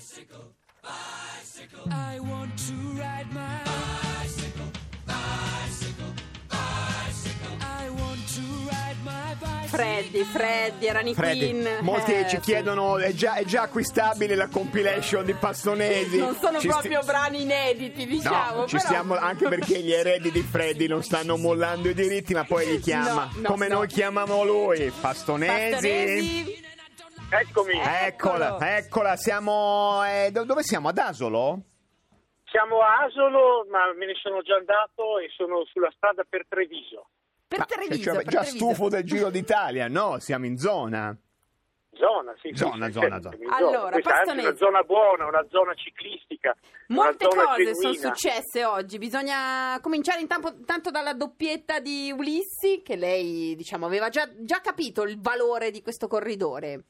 I want to ride my bicycle, bicycle, bicycle. I want to ride my bicycle. Freddy, erano i Queen. Molti ci sì. chiedono, è già acquistabile la compilation di Pastonesi? Non sono proprio brani inediti, diciamo. No, ci però... stiamo, anche perché gli eredi di Freddy non stanno mollando i diritti, ma poi li chiama come noi chiamiamo lui, Pastonesi. Eccomi. Eccola, siamo dove siamo? Ad Asolo? Siamo a Asolo, ma me ne sono già andato e sono sulla strada per Treviso. Per Treviso, per già Treviso. stufo del Giro d'Italia, no? Siamo in zona. Zona. Zona. Allora, questa è anche Pastonesi. una zona buona, una zona ciclistica. Molte una zona cose sono genuina. successe oggi, bisogna cominciare intanto dalla doppietta di Ulissi, che lei, diciamo, aveva già capito il valore di questo corridore.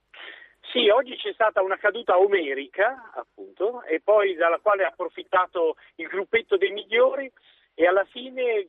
Sì, oggi c'è stata una caduta omerica, appunto, e poi dalla quale ha approfittato il gruppetto dei migliori e alla fine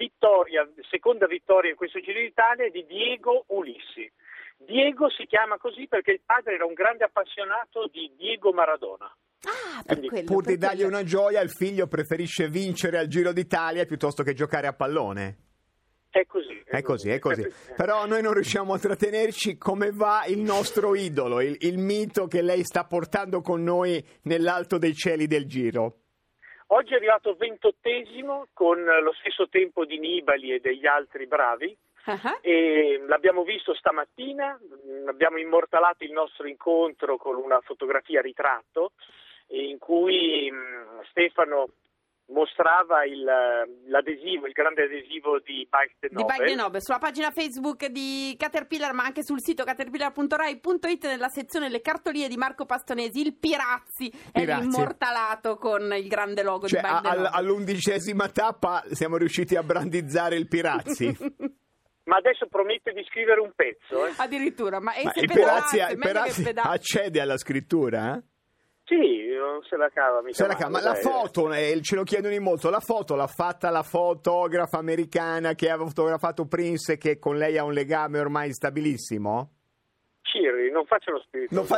seconda vittoria in questo Giro d'Italia di Diego Ulissi. Diego si chiama così perché il padre era un grande appassionato di Diego Maradona. Ah, per quello. Pur di per dargli quello. una gioia, il figlio preferisce vincere al Giro d'Italia piuttosto che giocare a pallone. È così. È così. Però noi non riusciamo a trattenerci. Come va il nostro idolo, il mito che lei sta portando con noi nell'alto dei cieli del Giro? Oggi è arrivato 28esimo con lo stesso tempo di Nibali e degli altri bravi. Ah, E l'abbiamo visto stamattina, abbiamo immortalato il nostro incontro con una fotografia ritratto in cui Stefano mostrava l'adesivo, il grande adesivo di Bike the di Bike the Nobel sulla pagina Facebook di Caterpillar, ma anche sul sito caterpillar.rai.it nella sezione Le cartoline di Marco Pastonesi. Il Pirazzi è immortalato con il grande logo di Bike the Nobel. All'11ª tappa siamo riusciti a brandizzare il Pirazzi. Ma adesso promette di scrivere un pezzo. Addirittura, ma se il pedalasse, Pirazzi meglio che pedalasse. accede alla scrittura? Sì, non se la cava mica. Ma la foto, ce lo chiedono in molto, la foto l'ha fatta la fotografa americana che aveva fotografato Prince e che con lei ha un legame ormai stabilissimo? Ciri, non faccia lo spirito. No.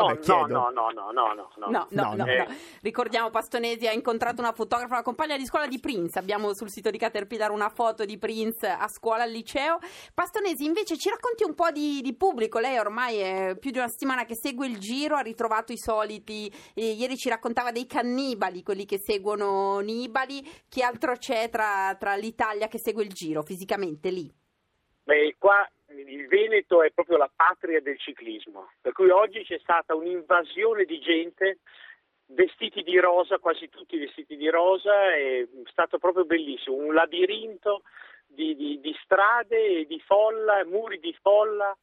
Ricordiamo, Pastonesi ha incontrato una fotografa, una compagna di scuola di Prince. Abbiamo sul sito di Caterpillar una foto di Prince a scuola al liceo. Pastonesi, invece, ci racconti un po' di pubblico. Lei ormai è più di una settimana che segue il Giro, ha ritrovato i soliti. Ieri ci raccontava dei cannibali, quelli che seguono Nibali. Chi altro c'è tra l'Italia che segue il Giro fisicamente lì? Beh, qua il Veneto è proprio la patria del ciclismo, per cui oggi c'è stata un'invasione di gente vestiti di rosa, quasi tutti vestiti di rosa, è stato proprio bellissimo, un labirinto di strade e di folla, muri di folla,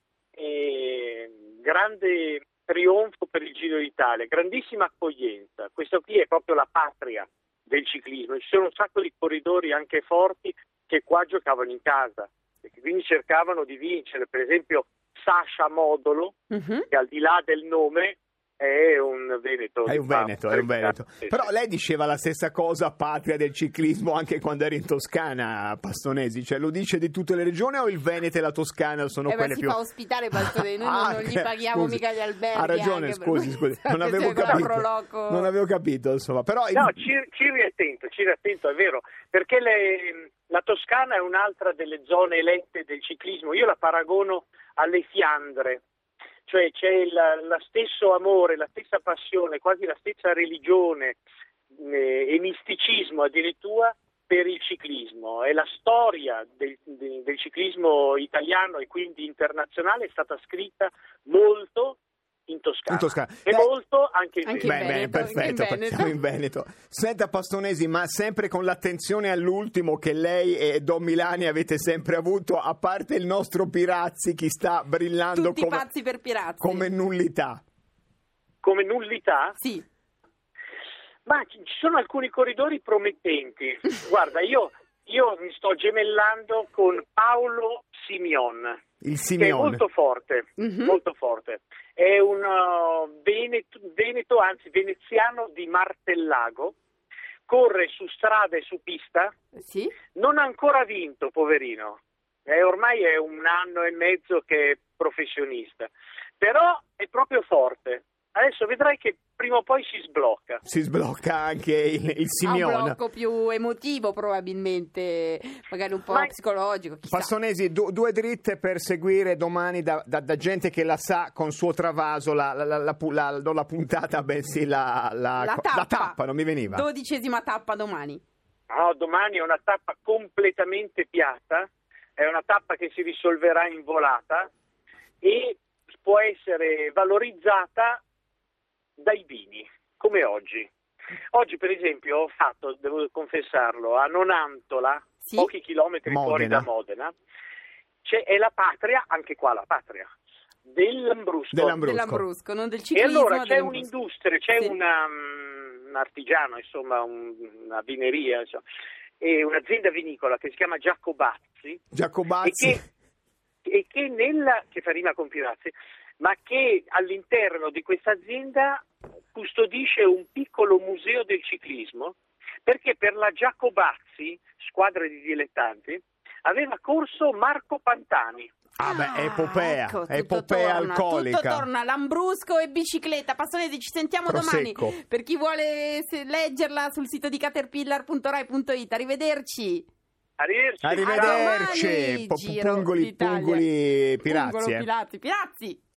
e grande trionfo per il Giro d'Italia, grandissima accoglienza. Questa qui è proprio la patria del ciclismo, ci sono un sacco di corridori anche forti che qua giocavano in casa e che quindi cercavano di vincere. Per esempio Sasha Modolo, che al di là del nome è un veneto. È un veneto. Però lei diceva la stessa cosa, patria del ciclismo, anche quando era in Toscana, Pastonesi. Cioè, lo dice di tutte le regioni o il Veneto e la Toscana sono quelle si più... fa ospitare Pastonesi, noi non gli paghiamo mica gli alberghi. Ha ragione, scusi. Non avevo capito. Non avevo capito, insomma. Però no, Ciri attento, è vero, perché la Toscana è un'altra delle zone elette del ciclismo. Io la paragono alle Fiandre. Cioè c'è lo stesso amore, la stessa passione, quasi la stessa religione e misticismo addirittura per il ciclismo. E la storia del ciclismo italiano e quindi internazionale è stata scritta molto in Toscana. E molto anche in Veneto. Perfetto, siamo in Veneto. Senta Pastonesi, ma sempre con l'attenzione all'ultimo che lei e Don Milani avete sempre avuto, a parte il nostro Pirazzi, chi sta brillando tutti pazzi per Pirazzi. Come nullità. Come nullità? Sì. Ma ci sono alcuni corridori promettenti. Guarda, io mi sto gemellando con Paolo Simion. Il Simeone. Che è molto forte, molto forte. È un veneziano di Martellago, corre su strada e su pista, sì? Non ha ancora vinto, poverino, ormai è un anno e mezzo che è professionista, però è proprio forte adesso vedrai che prima o poi si sblocca. Si sblocca anche il Ha Simeone. un blocco più emotivo probabilmente, magari un po' psicologico, chissà. Passonesi, due dritte per seguire domani da gente che la sa con suo travaso non la puntata, bensì la tappa, non mi veniva. 12ª tappa domani. No, domani è una tappa completamente piatta, è una tappa che si risolverà in volata e può essere valorizzata dai vini, come oggi. Oggi, per esempio, ho fatto, devo confessarlo, a Nonantola, Sì? pochi chilometri fuori Modena. da Modena, è la patria, anche qua la patria, dell'Lambrusco. Dell'Ambrusco, non del E ciclismo. allora ma c'è dell'Ambrusco. un'industria, c'è Sì. un artigiano, insomma, una vineria, insomma, e un'azienda vinicola che si chiama Giacobazzi, Giacobazzi. che fa rima con Pirazzi, ma che all'interno di questa azienda custodisce un piccolo museo del ciclismo, perché per la Giacobazzi, squadra di dilettanti, aveva corso Marco Pantani. Epopea, ecco, tutto epopea torna, alcolica. Tutto torna, Lambrusco e bicicletta. Passonesi, ci sentiamo Prosecco. domani. Per chi vuole leggerla sul sito di caterpillar.rai.it. Arrivederci. Arrivederci. Arrivederci. Domani, Giro Pungoli d'Italia. Pirazzi. Pungolo Pirazzi.